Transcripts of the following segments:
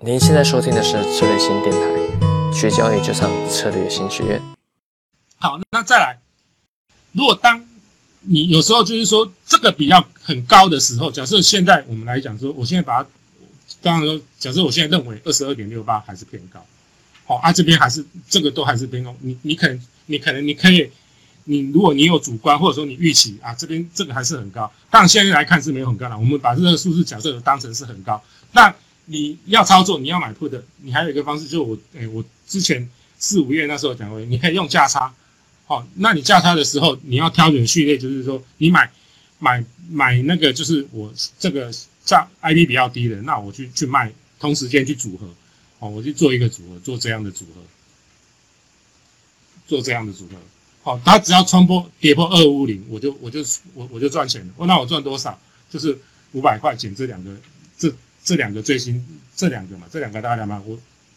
您现在收听的是策略新电台，学交易就上策略新学院。 好，那再来，如果当你有时候就是说这个比较很高的时候，假设现在我们来讲说，我现在把它，当然说，假设我现在认为22.68还是偏高，好这边还是这个都还是偏高，你可以，如果你有主观或者说你预期这边这个还是很高，当然现在来看是没有很高了，我们把这个数字假设当成是很高，那你要操作，你要买 put 你还有一个方式，就是我之前4、5月那时候讲过，你可以用价差。那你价差的时候，你要挑选序列，就是说你买那个，就是我这个价 IB 比较低的，那我去卖，同时间去组合，我去做一个组合，做这样的组合，它只要穿破跌破250，我就赚钱了。那我赚多少？就是500块减这两个最新这两个大概200，我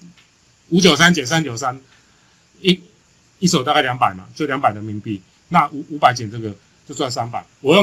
593减393，一手大概200嘛，就200人民币。那500减这个就赚300。我用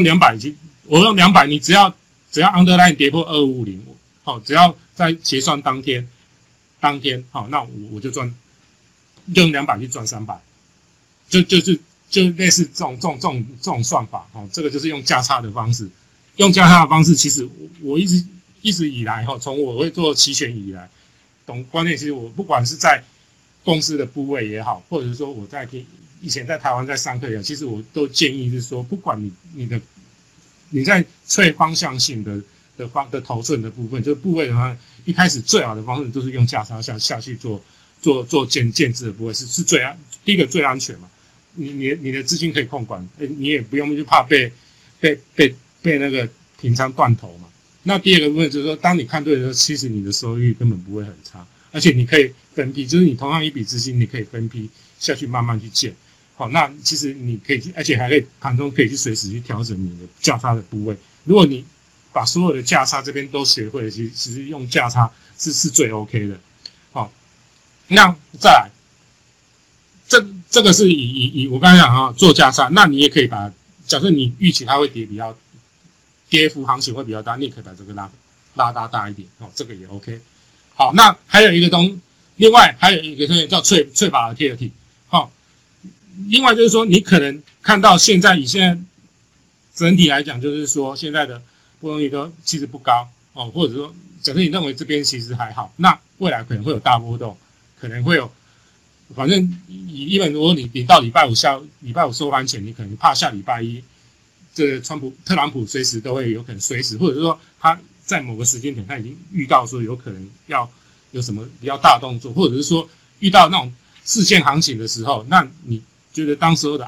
200，你只要 underline 跌破2550，只要在结算当天，那我就赚，就用200去赚300，就类似这种算法，这个就是用价差的方式。用价差的方式，其实我一直以来，从我会做期权以来，懂观念，其实我不管是在公司的部位也好，或者是说我以前在台湾在上课也好，其实我都建议是说，不管你在测方向性的头寸的部分，就是部位的话，一开始最好的方式就是用价差下去做建制的部位是第一个最安全嘛，你的资金可以控管，你也不用去怕被那个平仓断头嘛。那第二个部分就是说，当你看对的时候，其实你的收益率根本不会很差，而且你可以分批，就是你同样一笔资金，你可以分批下去慢慢去建。那其实你可以而且还可以盘中可以去随时去调整你的价差的部位。如果你把所有的价差这边都学会了，其实用价差是最 OK 的。那再来，这个是以我刚才讲做价差，那你也可以假设你预期它会跌幅行情会比较大，你也可以把这个拉大一点，这个也 OK。好，那还有一个另外还有一个叫脆volatility。另外就是说，你可能看到以现在整体来讲，就是说现在的波动率都其实不高或者说假设你认为这边其实还好，那未来可能会有大波动，可能会有，反正一般如果你到礼拜五收盘前，你可能怕下礼拜一这个特朗普随时都会有可能随时，或者说他在某个时间点他已经预告说有可能要有什么比较大的动作，或者是说遇到那种事件行情的时候，那你觉得当时候的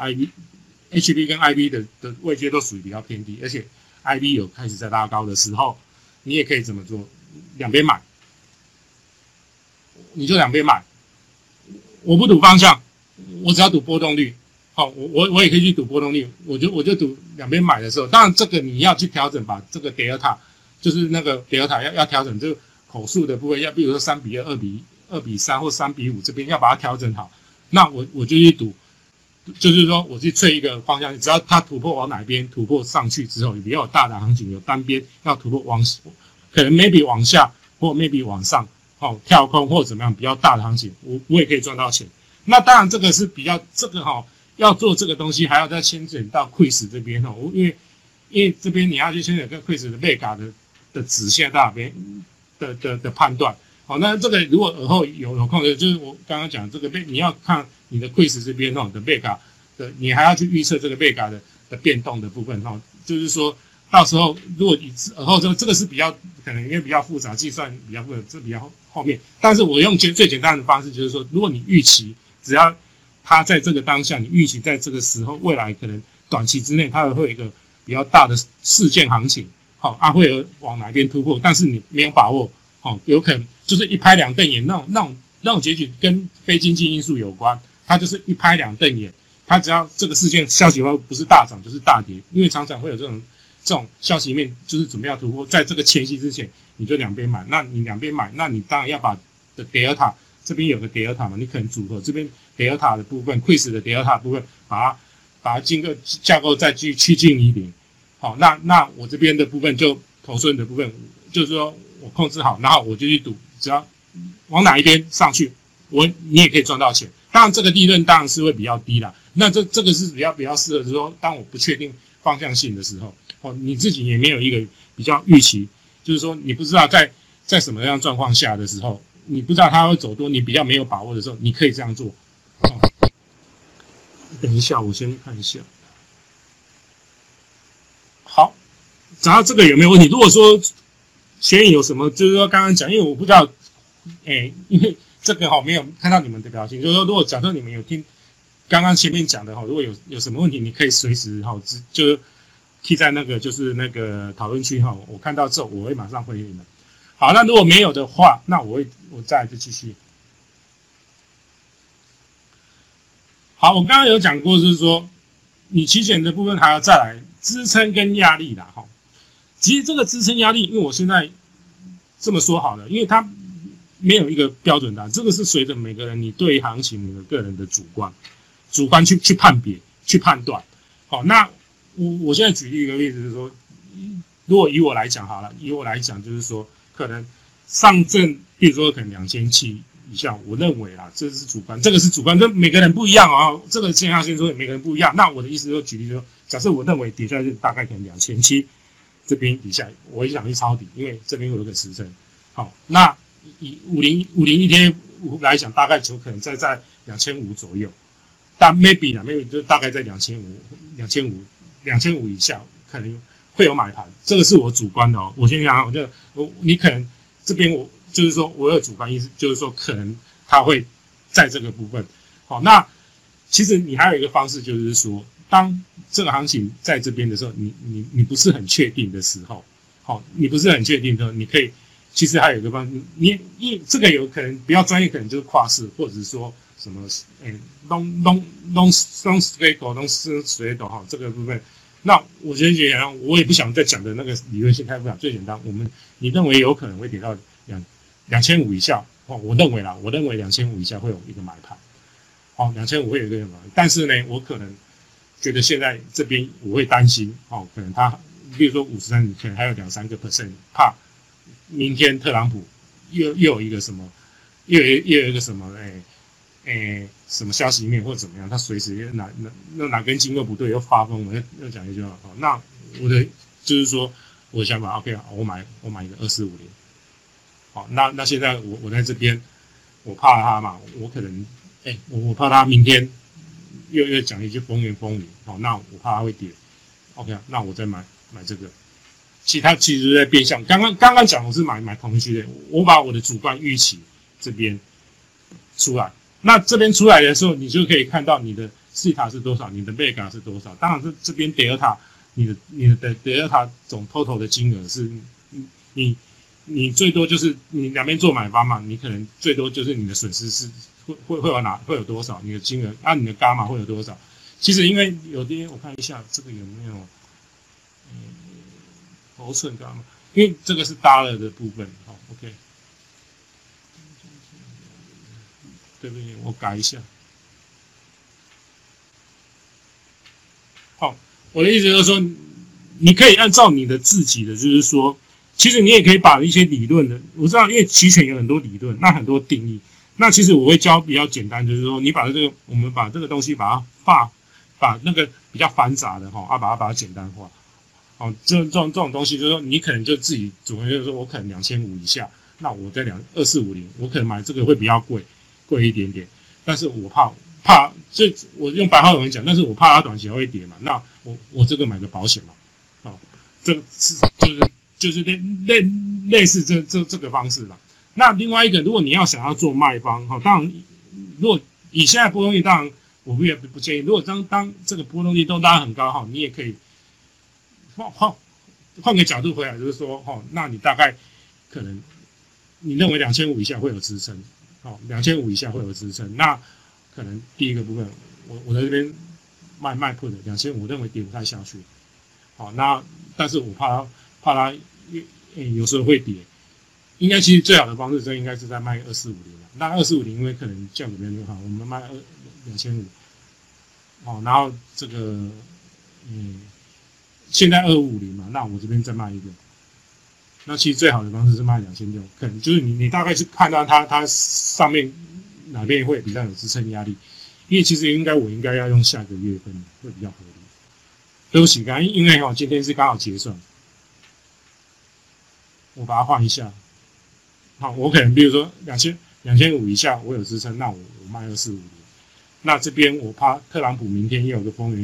HB 跟 IB 的位阶都属于比较偏低，而且 IB 有开始在拉高的时候，你也可以怎么做？两边买，你就两边买。我不赌方向，我只要赌波动率。我也可以去赌波动率，我就赌两边买的时候，当然这个你要去调整，把这个 delta 就是那个 delta 要调整这个口数的部分，比如说3:2、2:3或3:5这边要把它调整好。那我就去赌，就是说我去吹一个方向，只要它突破往哪边突破上去之后，比较有大的行情，有单边要突破可能 maybe 往下或 maybe 往上，跳空或怎么样比较大的行情，我也可以赚到钱。那当然这个是比较这个要做这个东西，还要再牵扯到 quiz 这边因为这边你要去牵扯跟 quiz 的 vega 的直线大边的判断。那这个如果以后有空的，就是我刚刚讲这个你要看你的 quiz 这边的 vega 的，你还要去预测这个 vega 的变动的部分就是说到时候如果以后这个是比较可能因为比较复杂，计算比较复杂，这比较后面。但是我用最简单的方式，就是说，如果你预期只要它在这个当下，你预期在这个时候，未来可能短期之内它会有一个比较大的事件行情，会有往哪边突破，但是你没有把握，有可能就是一拍两瞪眼那种结局跟非经济因素有关，它就是一拍两瞪眼，它只要这个事件消息不是大涨就是大跌，因为常常会有这种消息面就是准备要突破，在这个前夕之前，你就两边买，那你两边买，那你当然要把的 delta 这边有个 delta 嘛，你可能组合这边 delta 的部分 quiz 的 delta 部分，把它经过架构再去趋近于零。那我这边的部分就头寸的部分，就是说我控制好，然后我就去赌，只要往哪一边上去，你也可以赚到钱。当然，这个利润当然是会比较低啦。那这个是比较适合，就是说，当我不确定方向性的时候，你自己也没有一个比较预期，就是说你不知道在什么样状况下的时候，你不知道它会走多，你比较没有把握的时候，你可以这样做。等一下，我先看一下。好，找到这个有没有问题？如果说学员有什么，就是说刚刚讲，因为我不知道，因为这个没有看到你们的表情，就是说，如果假设你们有听刚刚前面讲的如果有什么问题，你可以随时就是key在那个就是那个讨论区我看到之后我会马上回应你们。好，那如果没有的话，那我再继续。好，我刚刚有讲过，就是说你期权的部分还要再来支撑跟压力啦其实这个支撑压力，因为我现在这么说好了，因为它没有一个标准答案，这个是随着每个人你对行情你的个人的主观去判别去判断。好，那我现在举例一个例子，就是说，如果以我来讲好了，以我来讲就是说，可能上证，比如说可能2700以下，我认为啦，这是主观，这个是主观，这每个人不一样这个现象先说每个人不一样。那我的意思就举例说，假设我认为跌下去大概可能2700这边底下，我也想去抄底，因为这边有一个支撑。好，那以50 ETF 来讲，大概就可能在2500左右，但 maybe 就大概在2500以下，可能会有买盘，这个是我主观的我先讲，你可能这边就是说我有主观意思，就是说可能它会在这个部分。好，那其实你还有一个方式，就是说，当这个行情在这边的时候，你不是很确定的时候，你不是很确定的时候，你可以其实还有一个方式，你这个有可能比较专业，可能就是跨市，或者是说什么long straddle 这个部分。那我觉得我也不想再讲的那个理论性太复杂，最简单，你认为有可能会跌到2500以下我认为2500以下会有一个买盘，2500会有一个买盘，但是呢，我可能觉得现在这边我会担心可能它比如说53，可能还有2-3%，怕明天特朗普又有一个什么，又有一个什么什么消息面或者怎么样，他随时哪根筋又不对，又发疯了，又讲一句话。那我的就是说，我的想法 ，OK， 我买一个2450。好，那现在我在这边，我怕他嘛，我可能我怕他明天又讲一句风言风语，那我怕他会跌 ，OK， 那我再买这个。其实在变相，刚刚讲我是买同区的，我把我的主观预期这边出来。那这边出来的时候，你就可以看到你的西塔是多少，你的贝塔是多少。当然是这边德尔塔，你的德尔塔总 total 的金额是，你最多就是你两边做买方嘛，你可能最多就是你的损失是会有多少，你的金额你的伽马会有多少。其实因为有的我看一下这个有没有头寸伽马，因为这个是dollar的部分，OK。对不对？我改一下。好，我的意思就是说，你可以按照你的自己的，就是说，其实你也可以把一些理论的，我知道，因为期权有很多理论，那很多定义，那其实我会教比较简单，就是说，我们把这个东西把那个比较繁杂的把它简单化。这种东西，就是说，你可能就自己主观就是说我可能2500以下，那我在2450，我可能买这个会比较贵一点点，但是我怕，我用白话文讲，但是我怕它短期会跌嘛，那我这个买个保险嘛，这个是就是类似这个方式啦。那另外一个，如果你要想要做卖方当然，如果以现在波动率，当然我也不建议。如果当这个波动率都拉很高你也可以换个角度回来，就是说那你大概可能你认为2500以下会有支撑。2500以下会有支撑，那可能第一个部分，我在这边卖 put 的2500，我认为跌不太下去。那但是我怕它有时候会跌，应该其实最好的方式，这应该是在卖2450了。那2450因为可能价格没有好，我们卖2500。然后这个现在2550嘛，那我这边再卖一个。 那其实最好的方式是卖2600，可能就是你大概去判断它上面哪边会比较有支撑压力，因为其实我应该要用下个月份会比较合理。对不起，因为今天是刚好结算，我把它换一下。好，我可能比如说2500以下我有支撑，那我卖2450。那这边我怕特朗普明天又有个风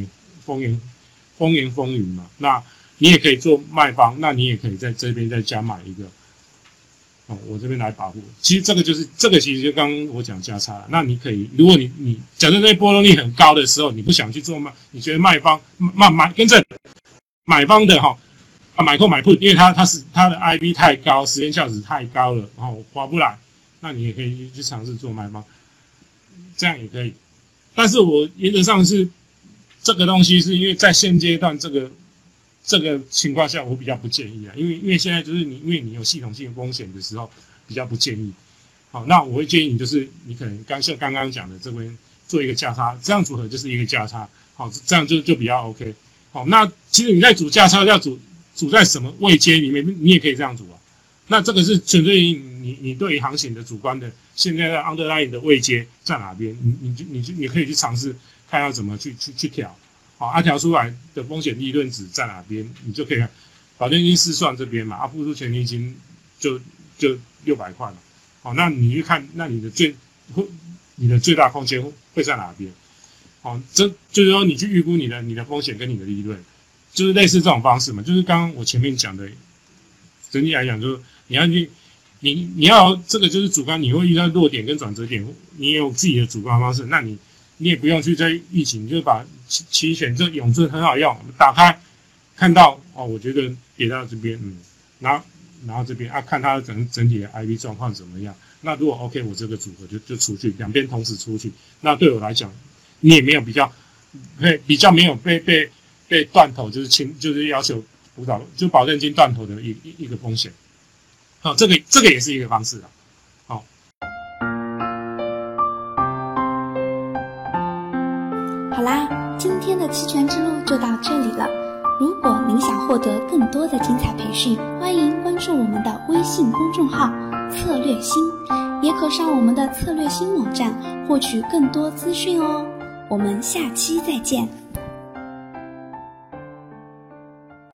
云嘛，那你也可以做卖方，那你也可以在这边再加买一个，我这边来保护。其实这个其实就刚刚我讲价差了。那你可以，如果你假设那波动率很高的时候，你不想去做卖，你觉得卖方买跟着买方的买扣买 put， 因为它的 IB 太高，时间效值太高了，然后划不来，那你也可以去尝试做卖方，这样也可以。但是我原则上是这个东西是因为在现阶段这个情况下，我比较不建议啊，因为现在就是因为你有系统性风险的时候，比较不建议。好，那我会建议你就是你可能像刚刚讲的这边做一个价差，这样组合就是一个价差，好，这样就比较 OK。好，那其实你在组价差要组在什么位阶里面，你也可以这样组啊。那这个是纯粹于你对于行情的主观的现在的 underlying 的位阶在哪边，你可以去尝试看要怎么去调。好，调出来的风险利润值在哪边，你就可以看保证金试算这边嘛，付出权利金就600块嘛。好，那你去看，那你的最大空间会在哪边？好，这就是说你去预估你的风险跟你的利润，就是类似这种方式嘛。就是刚刚我前面讲的，整体来讲就是你要这个就是主观，你会遇到弱点跟转折点，你也有自己的主观方式，那你也不用去再预期，你就把期权这永顺很好用，打开看到我觉得跌到这边，然后这边看它整体的 IB 状况怎么样。那如果 OK， 我这个组合就出去，两边同时出去。那对我来讲，你也没有比较没有被断头，就是要求就保证金断头的一个风险。好，这个也是一个方式啊。好。 好啦，今天的期权之路就到这里了。如果您想获得更多的精彩培训，欢迎关注我们的微信公众号策略星，也可上我们的策略星网站获取更多资讯哦。我们下期再见。